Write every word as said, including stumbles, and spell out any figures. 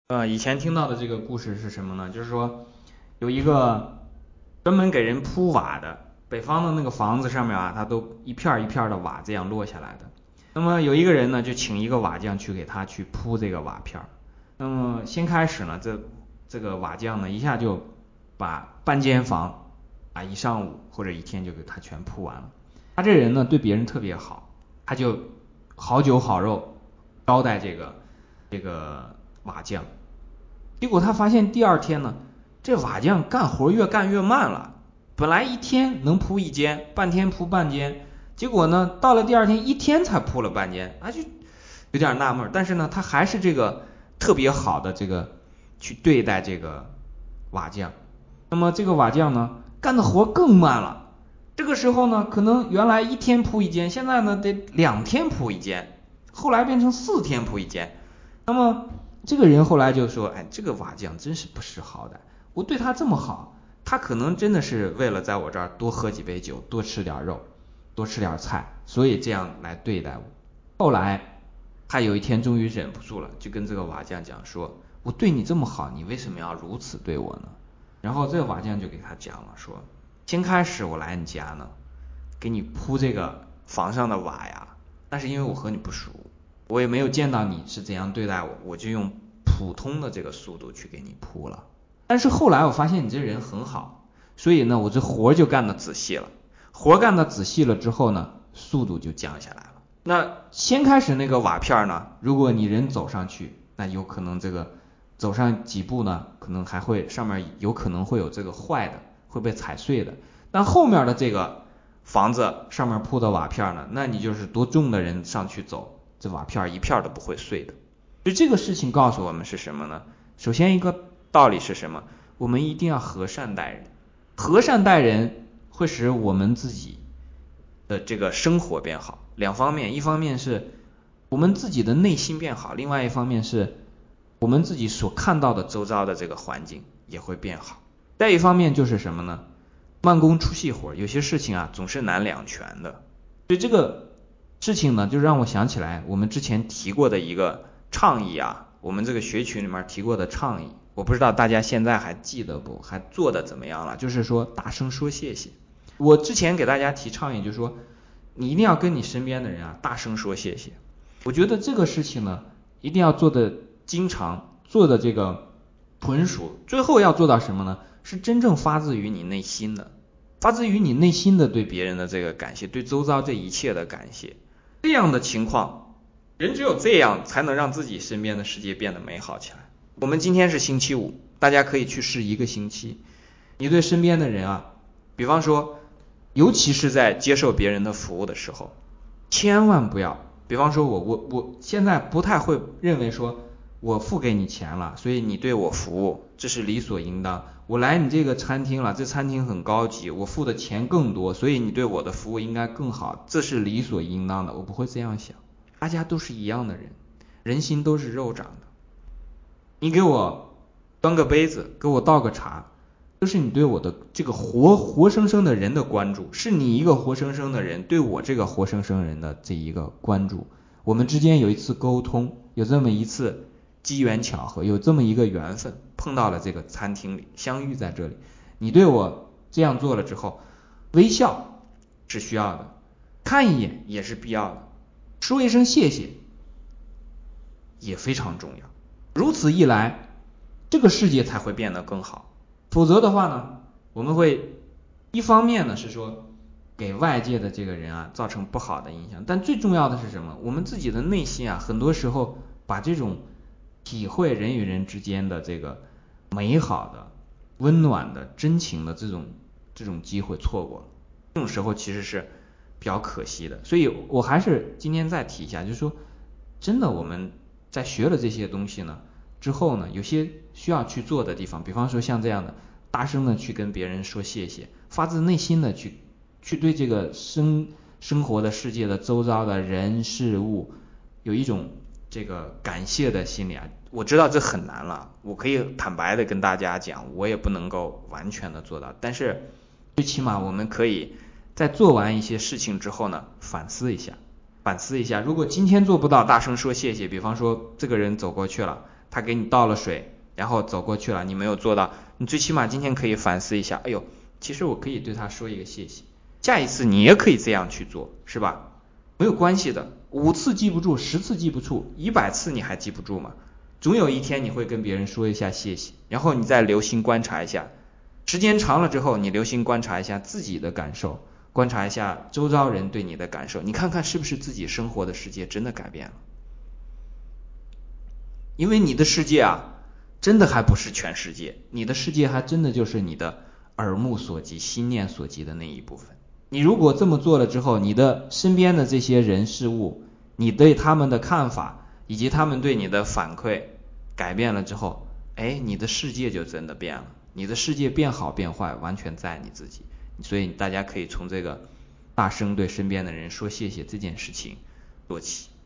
呃，以前听到的这个故事是什么呢？就是说有一个专门给人铺瓦的，北方的那个房子上面啊，它都一片一片的瓦这样落下来的。那么有一个人呢，就请一个瓦匠去给他去铺这个瓦片。那么先开始呢，这这个瓦匠呢，一下就把半间房啊一上午或者一天就给他全铺完了。他这人呢，对别人特别好，他就好酒好肉招待这个这个瓦匠。结果他发现第二天呢，这瓦匠干活越干越慢了，本来一天能铺一间，半天铺半间，结果呢，到了第二天一天才铺了半间，啊，就有点纳闷。但是呢，他还是这个特别好的这个去对待这个瓦匠。那么这个瓦匠呢，干的活更慢了。这个时候呢，可能原来一天铺一间，现在呢得两天铺一间，后来变成四天铺一间。那么这个人后来就说，哎，这个瓦匠真是不识好歹，我对他这么好，他可能真的是为了在我这儿多喝几杯酒，多吃点肉，多吃点菜，所以这样来对待我。后来他有一天终于忍不住了，就跟这个瓦匠讲说，我对你这么好，你为什么要如此对我呢？然后这个瓦匠就给他讲了，说先开始我来你家呢，给你铺这个房上的瓦呀，那是因为我和你不熟，我也没有见到你是怎样对待我，我就用普通的这个速度去给你铺了。但是后来我发现你这人很好，所以呢，我这活就干得仔细了。活干得仔细了之后呢，速度就降下来了。那先开始那个瓦片呢，如果你人走上去，那有可能这个走上几步呢，可能还会上面有可能会有这个坏的，会被踩碎的。但后面的这个房子上面铺的瓦片呢，那你就是多重的人上去走，这瓦片一片都不会碎的。就这个事情告诉我们是什么呢？首先一个道理是什么？我们一定要和善待人，和善待人会使我们自己的这个生活变好。两方面，一方面是我们自己的内心变好，另外一方面是我们自己所看到的周遭的这个环境也会变好。再一方面就是什么呢？慢工出细活，有些事情啊总是难两全的。所以这个事情呢，就让我想起来我们之前提过的一个倡议啊，我们这个学群里面提过的倡议，我不知道大家现在还记得不，还做的怎么样了？就是说大声说谢谢。我之前给大家提倡议，就是说你一定要跟你身边的人啊大声说谢谢。我觉得这个事情呢，一定要做的经常，做的这个纯熟，最后要做到什么呢？是真正发自于你内心的，发自于你内心的对别人的这个感谢，对周遭这一切的感谢。这样的情况，人只有这样才能让自己身边的世界变得美好起来。我们今天是星期五，大家可以去试一个星期，你对身边的人啊，比方说尤其是在接受别人的服务的时候，千万不要，比方说我我我现在不太会认为说我付给你钱了，所以你对我服务，这是理所应当。我来你这个餐厅了，这餐厅很高级，我付的钱更多，所以你对我的服务应该更好，这是理所应当的。我不会这样想，大家都是一样的人，人心都是肉长的。你给我端个杯子，给我倒个茶，这是你对我的这个活活生生的人的关注，是你一个活生生的人对我这个活生生人的这一个关注。我们之间有一次沟通，有这么一次机缘巧合，有这么一个缘分，碰到了这个餐厅里，相遇在这里。你对我这样做了之后，微笑是需要的，看一眼也是必要的，说一声谢谢也非常重要。如此一来，这个世界才会变得更好。否则的话呢，我们会一方面呢是说给外界的这个人啊造成不好的影响，但最重要的是什么？我们自己的内心啊，很多时候把这种体会人与人之间的这个美好的、温暖的、真情的这种这种机会错过了，这种时候其实是比较可惜的。所以我还是今天再提一下，就是说，真的我们在学了这些东西呢之后呢，有些需要去做的地方，比方说像这样的大声的去跟别人说谢谢，发自内心的去去对这个生生活的世界的周遭的人事物有一种这个感谢的心理啊。我知道这很难了，我可以坦白的跟大家讲，我也不能够完全的做到，但是最起码我们可以在做完一些事情之后呢，反思一下反思一下，如果今天做不到大声说谢谢，比方说这个人走过去了， 他给你倒了水，然后走过去了，你没有做到，你最起码今天可以反思一下，哎呦，其实我可以对他说一个谢谢，下一次你也可以这样去做，是吧？没有关系的，五次记不住，十次记不住，一百次你还记不住吗？总有一天你会跟别人说一下谢谢，然后你再留心观察一下，时间长了之后，你留心观察一下自己的感受，观察一下周遭人对你的感受，你看看是不是自己生活的世界真的改变了。因为你的世界啊，真的还不是全世界，你的世界还真的就是你的耳目所及、心念所及的那一部分。你如果这么做了之后，你的身边的这些人事物，你对他们的看法以及他们对你的反馈改变了之后，哎，你的世界就真的变了。你的世界变好变坏完全在你自己，所以大家可以从这个大声对身边的人说谢谢这件事情做起。